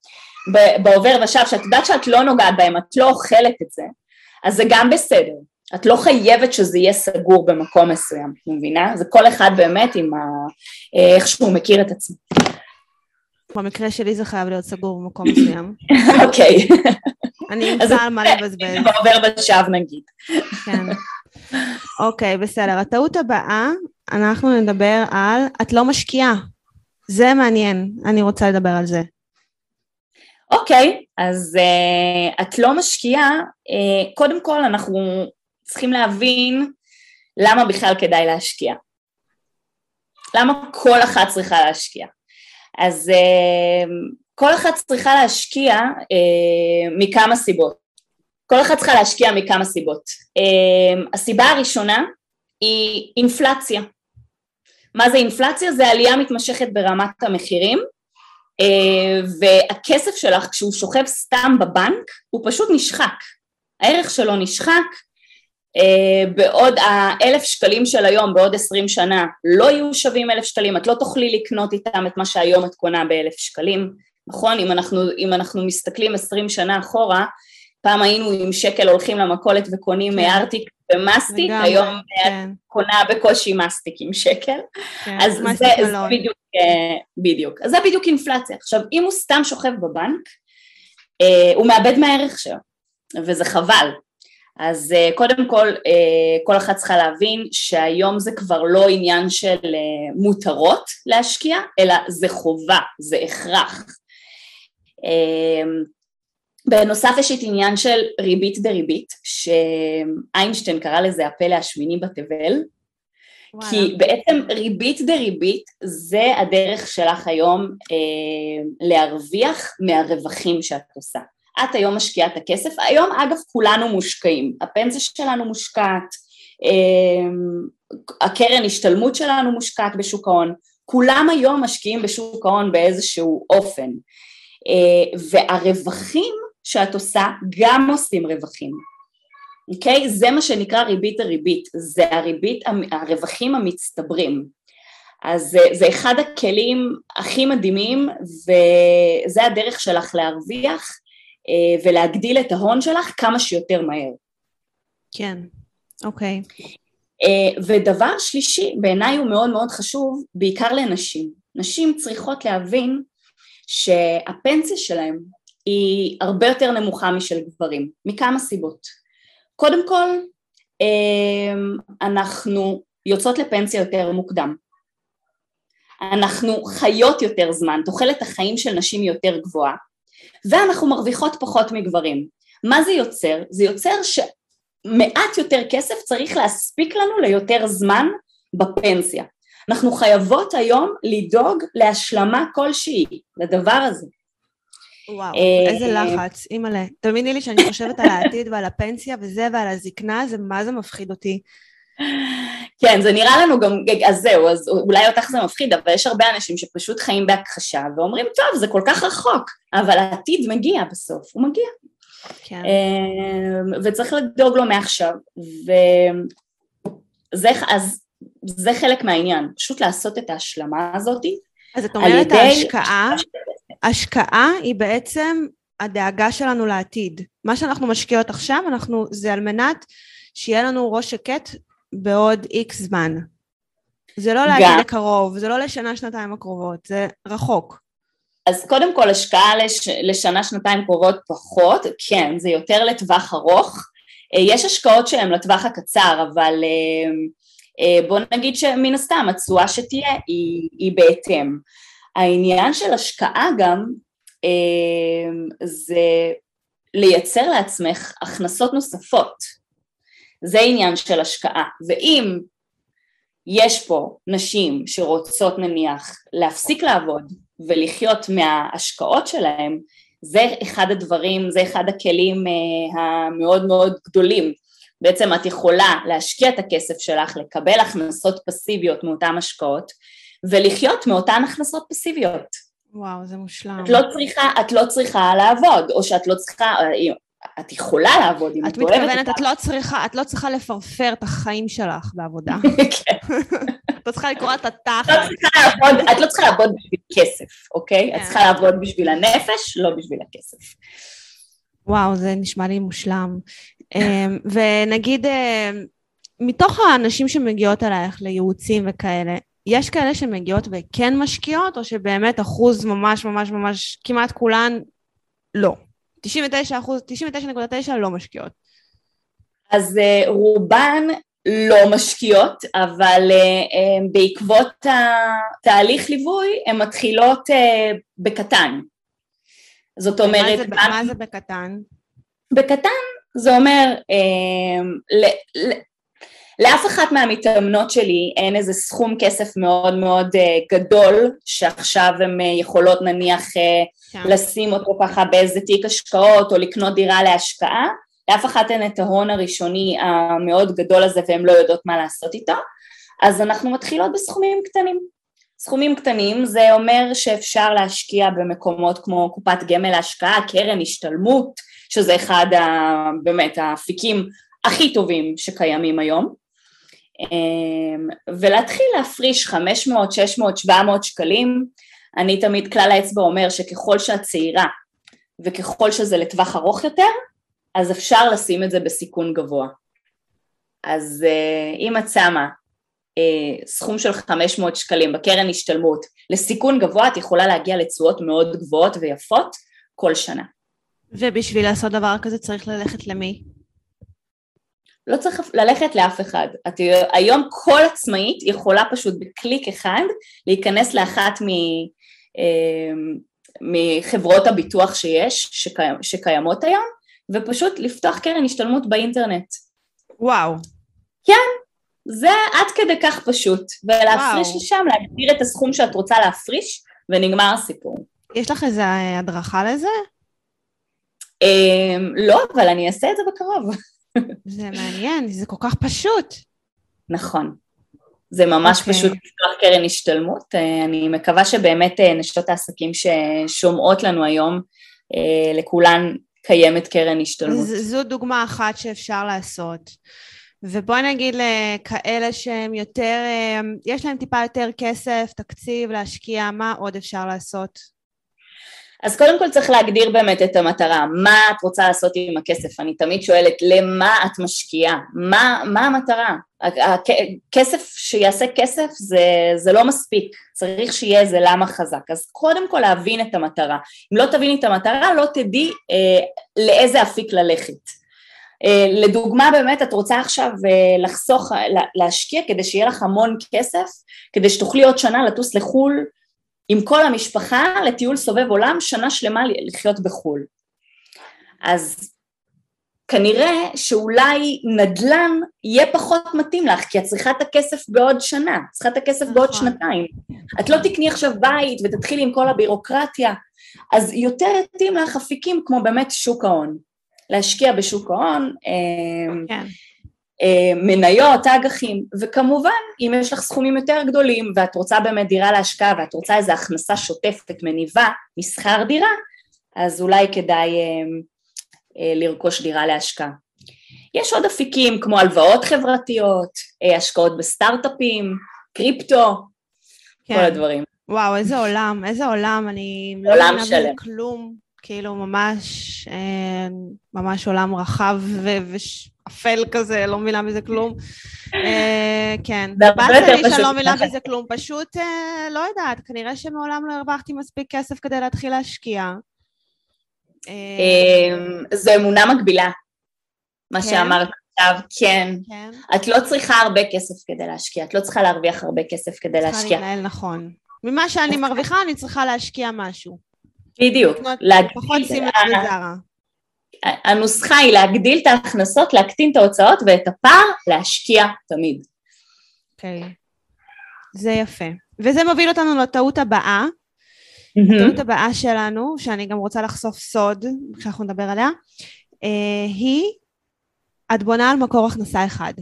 בעובר ושב, שאת יודעת שאת לא נוגעת בהם, את לא אוכלת את זה, אז זה גם בסדר. את לא חייבת שזה יהיה סגור במקום מסוים, מבינה? זה כל אחד באמת עם ה... איך שהוא מכיר את עצמו. במקרה שלי זה חייב להיות סגור במקום מסוים. אוקיי. אני אמצא על מה לבזבז. בעובר ושב נגיד. כן. אוקיי, בסדר. הטעות הבאה, אנחנו נדבר על, את לא משקיעה. זה מעניין, אני רוצה לדבר על זה. אוקיי, אז uh, את לא משקיעה, uh, קודם כל אנחנו צריכים להבין למה בכלל כדאי להשקיע. למה כל אחת צריכה להשקיע. אז uh, כל אחת צריכה להשקיע uh, מכמה סיבות. כל אחת צריכה להשקיע מכמה סיבות. Uh, הסיבה הראשונה היא אינפלציה. מה זה אינפלציה? זה עלייה מתמשכת ברמת המחירים, Uh, והכסף שלך כשהוא שוכב סתם בבנק הוא פשוט נשחק, הערך שלו נשחק, uh, בעוד האלף שקלים של היום בעוד עשרים שנה לא יהיו שווים אלף שקלים, את לא תוכלי לקנות איתם את מה שהיום את קונה באלף שקלים, נכון? אם אנחנו, אם אנחנו מסתכלים עשרים שנה אחורה, פעם היינו עם שקל הולכים למכולת וקונים מארטיק ומסטיק, היום כן. קונה בקושי מסטיק עם שקל, כן, אז זה, זה בדיוק, בדיוק, אז זה בדיוק אינפלציה. עכשיו, אם הוא סתם שוכב בבנק, הוא מאבד מהערך שלו, וזה חבל. אז קודם כל, כל אחת צריכה להבין שהיום זה כבר לא עניין של מותרות להשקיע, אלא זה חובה, זה הכרח. בנוסף יש את עניין של ריבית דריבית, שאיינשטיין קרא לזה הפלא השמיני בתבל, וואלה. כי בעצם ריבית דריבית זה הדרך שלך היום אה, להרוויח מהרווחים שאת עושה. את היום משקיעה את הכסף, היום אגב כולנו מושקעים, הפנסיה שלנו מושקעת, אה, הקרן השתלמות שלנו מושקעת בשוק ההון, כולם היום משקיעים בשוק ההון באיזשהו אופן, אה, והרווחים שאת עושה גם עושים רווחים, אוקיי? זה מה שנקרא ריבית הריבית, זה הריבית, הרווחים המצטברים, אז זה, זה אחד הכלים הכי מדהימים, וזה הדרך שלך להרוויח ולהגדיל את ההון שלך כמה שיותר מהר. כן, אוקיי. ודבר שלישי, בעיניי הוא מאוד מאוד חשוב, בעיקר לנשים. נשים צריכות להבין שהפנסיה שלהם היא הרבה יותר נמוכה משל גברים, מכמה סיבות. קודם כל, אנחנו יוצאות לפנסיה יותר מוקדם. אנחנו חיות יותר זמן, תוחלת החיים של נשים יותר גבוהה, ואנחנו מרוויחות פחות מגברים. מה זה יוצר? זה יוצר שמעט יותר כסף צריך להספיק לנו ליותר זמן בפנסיה. אנחנו חייבות היום לדאוג להשלמה כלשהי לדבר הזה. וואו, איזה לחץ, אימא'לה. תאמיני לי שאני חושבת על העתיד ועל הפנסיה וזה ועל הזקנה, זה מה זה מפחיד אותי. כן, זה נראה לנו גם, אז זהו, אז אולי אותך זה מפחיד, אבל יש הרבה אנשים שפשוט חיים בהכחשה ואומרים, טוב, זה כל כך רחוק, אבל העתיד מגיע בסוף, הוא מגיע. כן. וצריך לדאוג לו מעכשיו, וזה, אז זה חלק מהעניין, פשוט לעשות את ההשלמה הזאת. אז את אומרת ההשקעה, השקעה היא בעצם הדאגה שלנו לעתיד. מה שאנחנו משקיעות עכשיו, אנחנו, זה על מנת שיהיה לנו ראש שקט בעוד איקס זמן. זה לא להגיד לקרוב, זה לא לשנה, שנתיים הקרובות, זה רחוק. אז קודם כל, השקעה לש, לשנה, שנתיים קרובות פחות, כן, זה יותר לטווח ארוך. יש השקעות שהן לטווח הקצר, אבל בוא נגיד שמן הסתם, התשואה שתהיה היא, היא בהתאם. העניין של השקעה גם, זה לייצר לעצמך הכנסות נוספות. זה עניין של השקעה, ואם יש פה נשים שרוצות נניח להפסיק לעבוד ולחיות מההשקעות שלהם, זה אחד הדברים, זה אחד הכלים המאוד מאוד גדולים. בעצם את יכולה להשקיע את הכסף שלך, לקבל הכנסות פסיביות מאותן השקעות, ולחיות מאותן הכנסות פסיביות. וואו, זה מושלם. את לא צריכה, את לא צריכה לעבוד, או שאת לא צריכה, את יכולה לעבוד אם את מתכוונת, את לא צריכה, את לא צריכה לפרפר את החיים שלך בעבודה. כן. את לא צריכה לקרוא את התחת. את לא צריכה לעבוד בשביל כסף, אוקיי? את צריכה לעבוד בשביל הנפש, לא בשביל הכסף. וואו, זה נשמע לי מושלם. ונגיד, מתוך האנשים שמגיעות אלייך לייעוצים וכאלה, יש כאלה שמגיעות וכן משקיעות, או שבאמת אחוז ממש ממש ממש, כמעט כולן לא. תשעים ותשע אחוז, תשעים ותשע נקודה תשע לא משקיעות. אז רובן לא משקיעות, אבל בעקבות התהליך ליווי, הן מתחילות בקטן. זאת אומרת... מה זה, מה זה בקטן? בקטן זה אומר, ל, ל, לאף אחת מהמתאמנות שלי אין איזה סכום כסף מאוד מאוד גדול, שעכשיו הן יכולות נניח כן. לשים אותו ככה באיזה תיק השקעות, או לקנות דירה להשקעה, לאף אחת אין את ההון הראשוני המאוד גדול הזה, והן לא יודעות מה לעשות איתו, אז אנחנו מתחילות בסכומים קטנים. סכומים קטנים זה אומר שאפשר להשקיע במקומות כמו קופת גמל להשקעה, קרן השתלמות, שזה אחד ה, באמת האפיקים הכי טובים שקיימים היום, ולהתחיל להפריש חמש מאות, שש מאות, שבע מאות שקלים. אני תמיד כלל האצבע אומר שככל שאת צעירה וככל שזה לטווח ארוך יותר, אז אפשר לשים את זה בסיכון גבוה. אז אם את שמה סכום של חמש מאות שקלים בקרן השתלמות לסיכון גבוה, את יכולה להגיע לתשואות מאוד גבוהות ויפות כל שנה. ובשביל לעשות דבר כזה צריך ללכת למי? לא צריך ללכת לאף אחד. את, היום כל עצמאית יכולה פשוט בקליק אחד להיכנס לאחת מ, מחברות הביטוח שיש, שקי, שקיימות היום, ופשוט לפתוח קרן השתלמות באינטרנט. וואו. כן. זה עד כדי כך פשוט, ולהפריש לשם, להגדיר את הסכום שאת רוצה להפריש, ונגמר הסיפור. יש לך איזו הדרכה לזה? לא, אבל אני אעשה את זה בקרוב. זה מעניין, זה כל כך פשוט. נכון. זה ממש okay. פשוט לפתוח קרן השתלמות. אני מקווה שבאמת נשות העסקים ששומעות לנו היום, לכולן קיימת קרן השתלמות. זו דוגמה אחת שאפשר לעשות. ובואי נגיד לכאלה שהם יותר, יש להם טיפה יותר כסף, תקציב, להשקיע, מה עוד אפשר לעשות? אז קודם כל צריך להגדיר באמת את המטרה, מה את רוצה לעשות עם הכסף, אני תמיד שואלת למה את משקיעה, מה, מה המטרה, הכסף שיעשה כסף זה, זה לא מספיק, צריך שיהיה איזה למה חזק, אז קודם כל להבין את המטרה, אם לא תביני את המטרה לא תדעי אה, לאיזה אפיק ללכת, אה, לדוגמה באמת את רוצה עכשיו אה, לחסוך, להשקיע כדי שיהיה לך המון כסף, כדי שתוכלי עוד שנה לטוס לחול, עם כל המשפחה לטיול סובב עולם, שנה שלמה לחיות בחול. אז כנראה שאולי נדל"ן יהיה פחות מתאים לך, כי את צריכה את הכסף בעוד שנה, צריכה את הכסף בעוד שנתיים. את לא תקני עכשיו בית ותתחילי עם כל הבירוקרטיה, אז יותר יתאים לך אפיקים כמו באמת שוק ההון. להשקיע בשוק ההון, כן. מניות, אג"חים, וכמובן, אם יש לך סכומים יותר גדולים, ואת רוצה באמת דירה להשקעה, ואת רוצה איזו הכנסה שוטפת, מניבה, מסחר דירה, אז אולי כדאי אה, אה, לרכוש דירה להשקעה. יש עוד אפיקים, כמו הלוואות חברתיות, אה, השקעות בסטארט-אפים, קריפטו, כן. כל הדברים. וואו, איזה עולם, איזה עולם, אני לא מבינה בזה כלום, כאילו ממש, אה, ממש עולם רחב ואפל כזה, לא מבינה בזה כלום. אה, כן, באסה לי שלא מבינה בזה כלום, פשוט אה, לא יודעת, כנראה שמעולם לא הרווחתי מספיק כסף כדי להתחיל להשקיע. אה, זו אמונה מגבילה, מה כן? שאמרת עכשיו, כן. כן. את לא צריכה הרבה כסף כדי להשקיע, את לא צריכה להרוויח הרבה כסף כדי להשקיע. צריכה להתנהל נכון. ממה שאני מרוויחה, אני צריכה להשקיע משהו. בדיוק. פחות סימט וזרה. הנוסחה היא להגדיל את ההכנסות, להקטין את ההוצאות, ואת הפער להשקיע תמיד. אוקיי. זה יפה. וזה מוביל אותנו לטעות הבאה. הטעות הבאה שלנו, שאני גם רוצה לחשוף סוד, כשאנחנו נדבר עליה, היא, את בונה על מקור הכנסה אחד.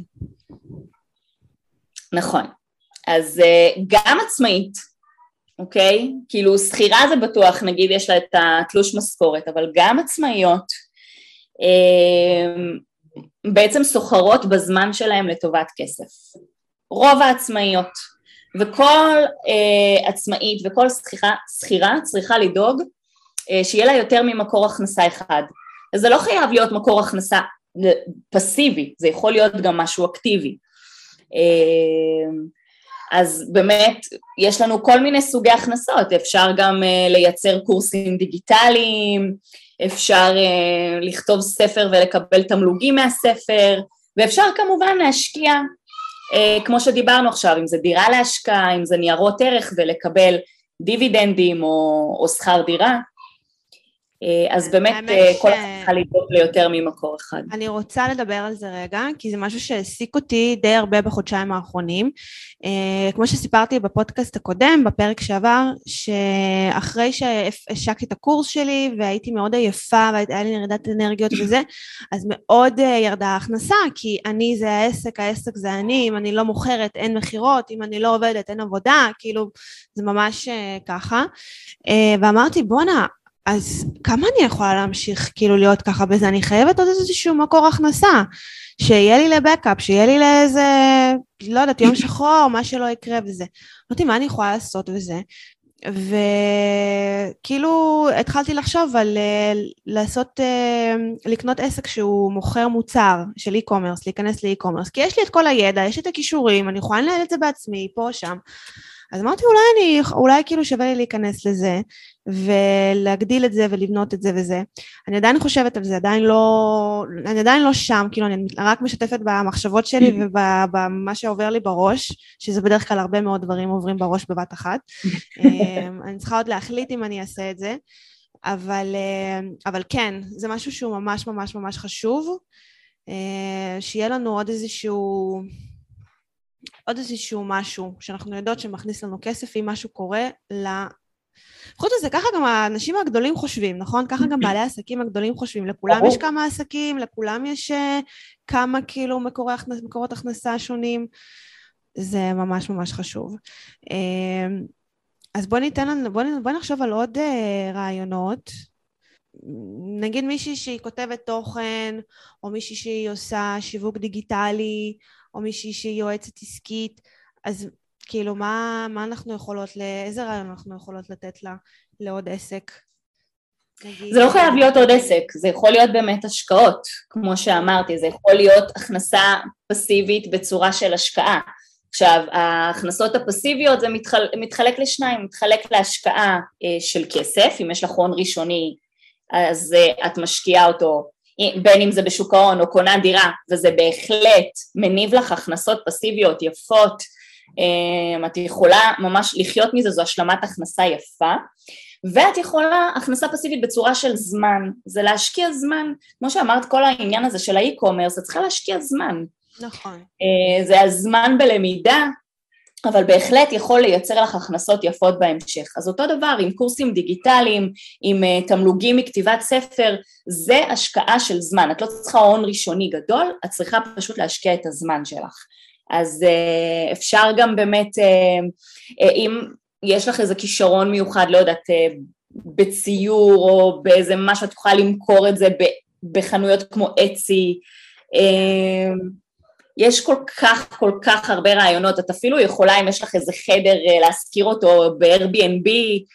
נכון. אז גם עצמאית, אוקיי? כאילו, שכירה זה בטוח, נגיד יש לה את התלוש משכורת, אבל גם עצמאיות, בעצם סוחרות בזמן שלהם לטובת כסף. רוב העצמאיות, וכל עצמאית וכל שכירה צריכה לדאוג שיהיה לה יותר ממקור הכנסה אחד. אז זה לא חייב להיות מקור הכנסה פסיבי, זה יכול להיות גם משהו אקטיבי. אז באמת יש לנו כל מיני סוגי הכנסות, אפשר גם לייצר קורסים דיגיטליים, אפשר לכתוב ספר ולקבל תמלוגים מהספר, ואפשר כמובן להשקיע, כמו שדיברנו עכשיו, אם זה דירה להשקעה, אם זה ניירות ערך ולקבל דיבידנדים או, או שכר דירה, אז באמת כל אחד צריכה לדאוג ליותר ממקור אחד. אני רוצה לדבר על זה רגע, כי זה משהו שהעסיק אותי די הרבה בחודשיים האחרונים. כמו שסיפרתי בפודקאסט הקודם, בפרק שעבר, שאחרי שהשקתי את הקורס שלי, והייתי מאוד עייפה, והיה לי ירידת אנרגיות וזה, אז מאוד ירדה ההכנסה, כי אני זה העסק, העסק זה אני, אם אני לא מוכרת, אין מחירות, אם אני לא עובדת, אין עבודה, כאילו, זה ממש ככה. ואמרתי, בונה, אז כמה אני יכולה להמשיך כאילו להיות ככה בזה? אני חייבת עוד איזשהו מקור הכנסה, שיהיה לי לבקאפ, שיהיה לי לאיזה, לא יודעת, יום שחור, מה שלא יקרה וזה. אמרתי, מה אני יכולה לעשות וזה? וכאילו התחלתי לחשוב על לעשות, לקנות עסק שהוא מוכר מוצר של e-commerce, להיכנס ל-e-commerce, כי יש לי את כל הידע, יש לי את הכישורים, אני יכולה לנהל את זה בעצמי, פה או שם. אז אמרתי, אולי אני, אולי כאילו שווה לי להיכנס לזה, ולהגדיל את זה ולבנות את זה וזה. אני עדיין חושבת על זה, עדיין לא, אני עדיין לא שם, כאילו אני רק משתפת במחשבות שלי ובמה שעובר לי בראש, שזה בדרך כלל הרבה מאוד דברים עוברים בראש בבת אחת. אני צריכה עוד להחליט אם אני אעשה את זה, אבל, אבל כן, זה משהו שהוא ממש ממש ממש חשוב, שיהיה לנו עוד איזשהו, עוד איזשהו משהו שאנחנו יודעות שמכניס לנו כסף אם משהו קורה ל... חוץ לזה, ככה גם האנשים הגדולים חושבים, נכון? ככה גם בעלי העסקים הגדולים חושבים, לכולם יש כמה עסקים, לכולם יש כמה כאילו מקורות, מקורות הכנסה שונים, זה ממש ממש חשוב. אז בוא ניתן לנו, בוא, בוא נחשוב על עוד רעיונות, נגיד מישהי שהיא כותבת תוכן, או מישהי שהיא עושה שיווק דיגיטלי, או מישהי שהיא יועצת עסקית, אז כאילו מה, מה אנחנו יכולות, לאיזה רעיון אנחנו יכולות לתת לה, לעוד עסק? נגיד... זה לא חייב להיות עוד עסק, זה יכול להיות באמת השקעות, כמו שאמרתי, זה יכול להיות הכנסה פסיבית בצורה של השקעה. עכשיו, ההכנסות הפסיביות זה מתחל... מתחלק לשניים, מתחלק להשקעה של כסף, אם יש לך הון ראשוני, אז את משקיעה אותו, בין אם זה בשוק ההון או קונה דירה, וזה בהחלט מניב לך הכנסות פסיביות יפות, את יכולה ממש לחיות מזה, זו השלמת הכנסה יפה, ואת יכולה הכנסה פסיבית בצורה של זמן, זה להשקיע זמן, כמו שאמרת כל העניין הזה של האי-קומרס, את צריכה להשקיע זמן. נכון. זה הזמן בלמידה, אבל בהחלט יכול לייצר לך הכנסות יפות בהמשך. אז אותו דבר עם קורסים דיגיטליים, עם תמלוגים מכתיבת ספר, זה השקעה של זמן, את לא צריכה הון ראשוני גדול, את צריכה פשוט להשקיע את הזמן שלך. אז אפשר גם באמת, אם יש לך איזה כישרון מיוחד, לא יודעת, בציור או באיזה משהו, את יכולה למכור את זה בחנויות כמו אצי, יש כל כך כל כך הרבה רעיונות, את אפילו יכולה אם יש לך איזה חדר להזכיר אותו ב-Airbnb,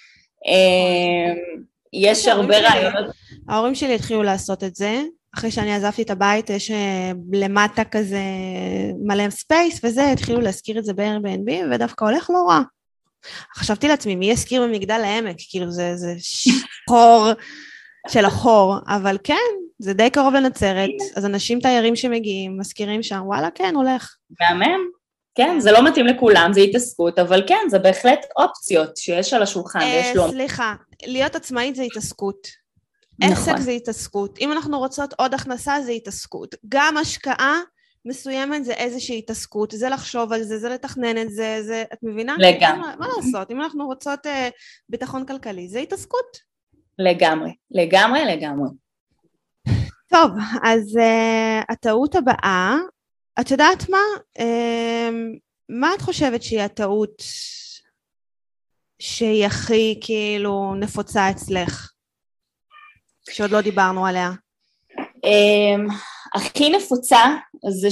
יש הרבה רעיונות. ההורים שלי התחילו לעשות את זה, אחרי שאני עזבתי את הבית, יש למטה כזה מלא ספייס וזה, התחילו להזכיר את זה ב-Airbnb, ודווקא הולך לא רע. חשבתי לעצמי, מי יזכיר במגדל העמק? כאילו זה, זה שחור של החור, אבל כן, זה די קרוב לנצרת, אז אנשים תיירים שמגיעים, מזכירים שם, וואלה, כן, הולך. מהמם, כן, זה לא מתאים לכולם, זה התעסקות, אבל כן, זה בהחלט אופציות שיש על השולחן, ויש לו... סליחה, להיות עצמאית זה התעסקות. עסק זה התעסקות. אם אנחנו רוצות עוד הכנסה, זה התעסקות. גם השקעה מסוימת זה איזושהי התעסקות, זה לחשוב על זה, זה לתכנן את זה, זה, את מבינה? לגמרי. מה לעשות? אם אנחנו רוצות אה, ביטחון כלכלי, זה התעסקות. לגמרי, לגמרי, לגמרי. טוב, אז uh, הטעות הבאה, את יודעת מה? Uh, מה את חושבת שהיא הטעות שהיא הכי כאילו נפוצה אצלך? שעוד לא דיברנו עליה. הכי נפוצה זה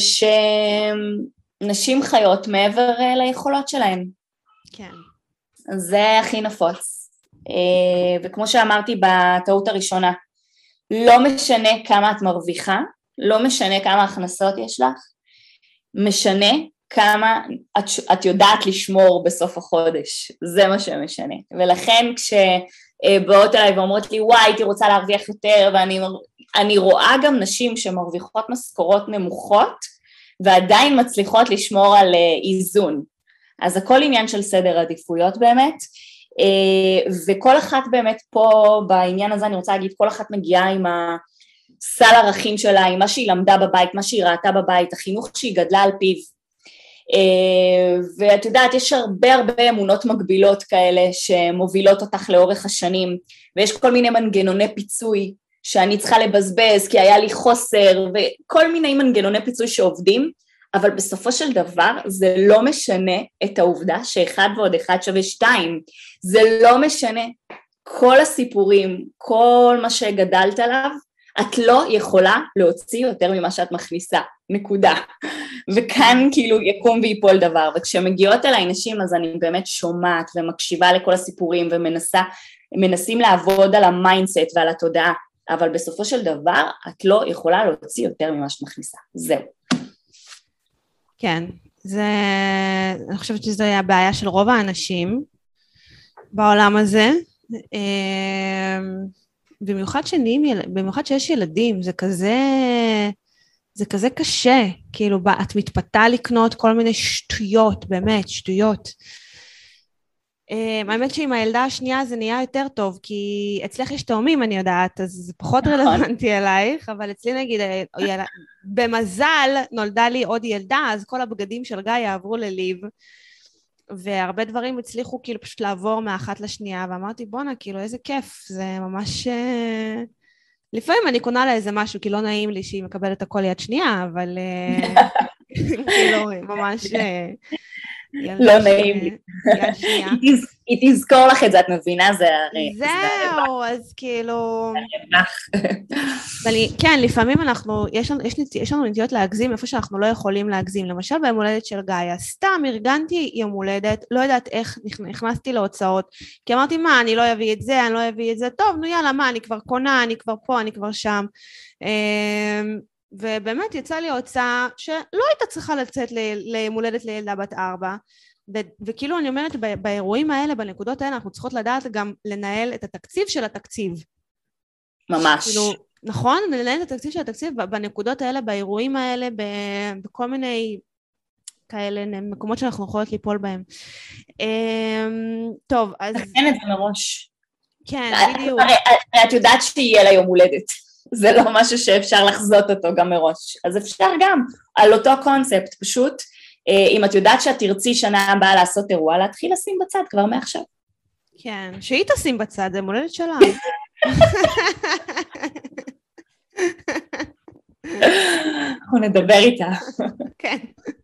שנשים חיות מעבר ליכולות שלהן. כן. זה הכי נפוץ. וכמו שאמרתי בטעות הראשונה, לא משנה כמה את מרוויחה, לא משנה כמה הכנסות יש לך, משנה כמה את, את יודעת לשמור בסוף החודש, זה מה שמשנה. ולכן כשבאות אליי ואומרות לי, וואי, הייתי רוצה להרוויח יותר, ואני אני רואה גם נשים שמרוויחות משכורות נמוכות, ועדיין מצליחות לשמור על איזון. אז הכל עניין של סדר עדיפויות באמת, וכל אחת באמת פה בעניין הזה, אני רוצה להגיד, כל אחת מגיעה עם הסל ערכים שלה, עם מה שהיא למדה בבית, מה שהיא ראתה בבית, החינוך שהיא גדלה על פיו, ואת יודעת, יש הרבה הרבה אמונות מגבילות כאלה, שמובילות אותך לאורך השנים, ויש כל מיני מנגנוני פיצוי, שאני צריכה לבזבז, כי היה לי חוסר, וכל מיני מנגנוני פיצוי שעובדים, אבל בסופו של דבר זה לא משנה את העובדה שאחד ועוד אחד שווה שתיים, זה לא משנה, כל הסיפורים, כל מה שגדלת עליו, את לא יכולה להוציא יותר ממה שאת מכניסה, נקודה. וכאן כאילו יקום ויפול דבר, וכשמגיעות אליי נשים אז אני באמת שומעת ומקשיבה לכל הסיפורים ומנסה, מנסים לעבוד על המיינדסט ועל התודעה, אבל בסופו של דבר את לא יכולה להוציא יותר ממה שאת מכניסה, זהו. כן, זה, אני חושבת שזו היה הבעיה של רוב האנשים בעולם הזה, במיוחד שניים, במיוחד שיש ילדים, זה כזה, זה כזה קשה, כאילו את מתפתה לקנות כל מיני שטויות, באמת, שטויות. האמת שעם הילדה השנייה זה נהיה יותר טוב, כי אצלך יש תאומים, אני יודעת, אז זה פחות רלוונטי אלייך, אבל אצלי נגיד, במזל נולדה לי עוד ילדה, אז כל הבגדים של גיא יעברו לליב, והרבה דברים הצליחו כאילו פשוט לעבור מאחת לשנייה, ואמרתי בונה, כאילו איזה כיף, זה ממש... לפעמים אני קונה לה איזה משהו, כי לא נעים לי שהיא מקבלת הכל יד שנייה, אבל כאילו ממש... לא נעים לי. היא תזכור לך את זה, את מבינה? זה הרי... זהו, אז כאילו... כן, לפעמים אנחנו, יש לנו נטיות להגזים איפה שאנחנו לא יכולים להגזים. למשל, ביום הולדת של גיא, סתם ארגנתי יום הולדת, לא יודעת איך נכנסתי להוצאות, כי אמרתי, מה, אני לא אביא את זה, אני לא אביא את זה, טוב, נו יאללה, מה, אני כבר קונה, אני כבר פה, אני כבר שם. ובאמת יצא לי הוצאה שלא הייתה צריכה לצאת ליום הולדת לילדה בת ארבע, וכאילו אני אומרת, באירועים האלה, בנקודות האלה, אנחנו צריכות לדעת גם לנהל את התקציב של התקציב. ממש. כאילו, נכון? לנהל את התקציב של התקציב בנקודות האלה, באירועים האלה, בכל מיני כאלה מקומות שאנחנו יכולות ליפול בהם. טוב, אז... תכן את זה מראש. כן, בדיוק. את יודעת שיהיה לה יום הולדת. זה לא משהו שאפשר לחזות אותו גם מראש. אז אפשר גם על אותו קונספט, פשוט, אם את יודעת שאת תרצי שנה הבאה לעשות אירוע, להתחיל לשים בצד כבר מעכשיו. כן, שהיא תשים בצד, זה מולדת שלה. אנחנו נדבר איתה. כן.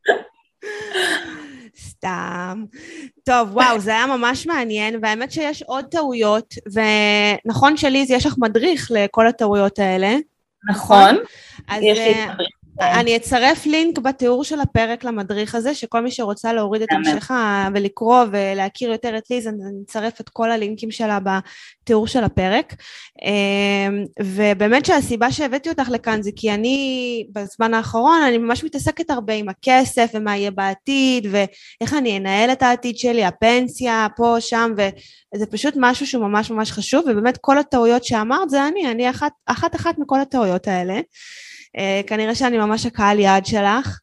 סתם. טוב, וואו, זה היה ממש מעניין, והאמת שיש עוד טעויות, ונכון שליז, יש לך מדריך לכל הטעויות האלה. נכון. אז אני אצרף לינק בתיאור של הפרק למדריך הזה, שכל מי שרוצה להוריד את המשך ולקרוא ולהכיר יותר את ליז, אני אצרף את כל הלינקים שלה בתיאור של הפרק. ובאמת שהסיבה שהבאתי אותך לכאן זה כי אני בזמן האחרון, אני ממש מתעסקת הרבה עם הכסף ומה יהיה בעתיד, ואיך אני אנהל את העתיד שלי, הפנסיה, פה, שם, וזה פשוט משהו שהוא ממש ממש חשוב, ובאמת כל הטעויות שאמרת זה אני, אני אחת, אחת אחת מכל הטעויות האלה. Uh, כנראה שאני ממש הקהל יעד שלך.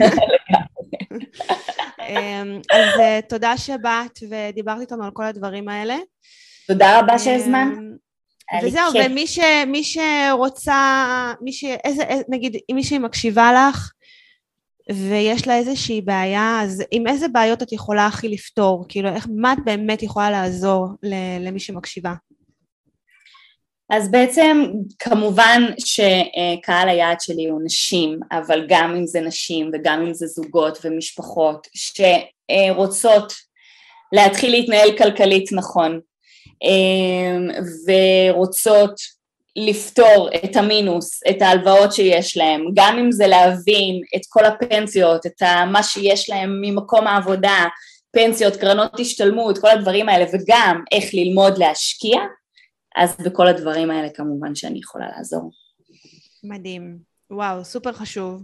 um, אז uh, תודה שבאת ודיברת איתנו על כל הדברים האלה. תודה רבה שהזמן. Um, וזהו, ומי ש, מי שרוצה, מי ש, איזה, נגיד, אם מישהי מקשיבה לך, ויש לה איזושהי בעיה, אז עם איזה בעיות את יכולה הכי לפתור? כאילו, איך, מה את באמת יכולה לעזור למי שמקשיבה? אז בעצם כמובן שקהל היעד שלי הוא נשים, אבל גם אם זה נשים וגם אם זה זוגות ומשפחות שרוצות להתחיל להתנהל כלכלית נכון, ורוצות לפתור את המינוס, את ההלוואות שיש להם, גם אם זה להבין את כל הפנסיות, את מה שיש להם ממקום העבודה, פנסיות, קרנות השתלמות, כל הדברים האלה, וגם איך ללמוד להשקיע, אז בכל הדברים האלה כמובן שאני יכולה לעזור. מדהים. וואו, סופר חשוב.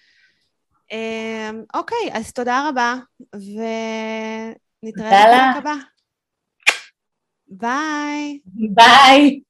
אוקיי, אז תודה רבה, ונתראה בפרק הבא. ביי. ביי.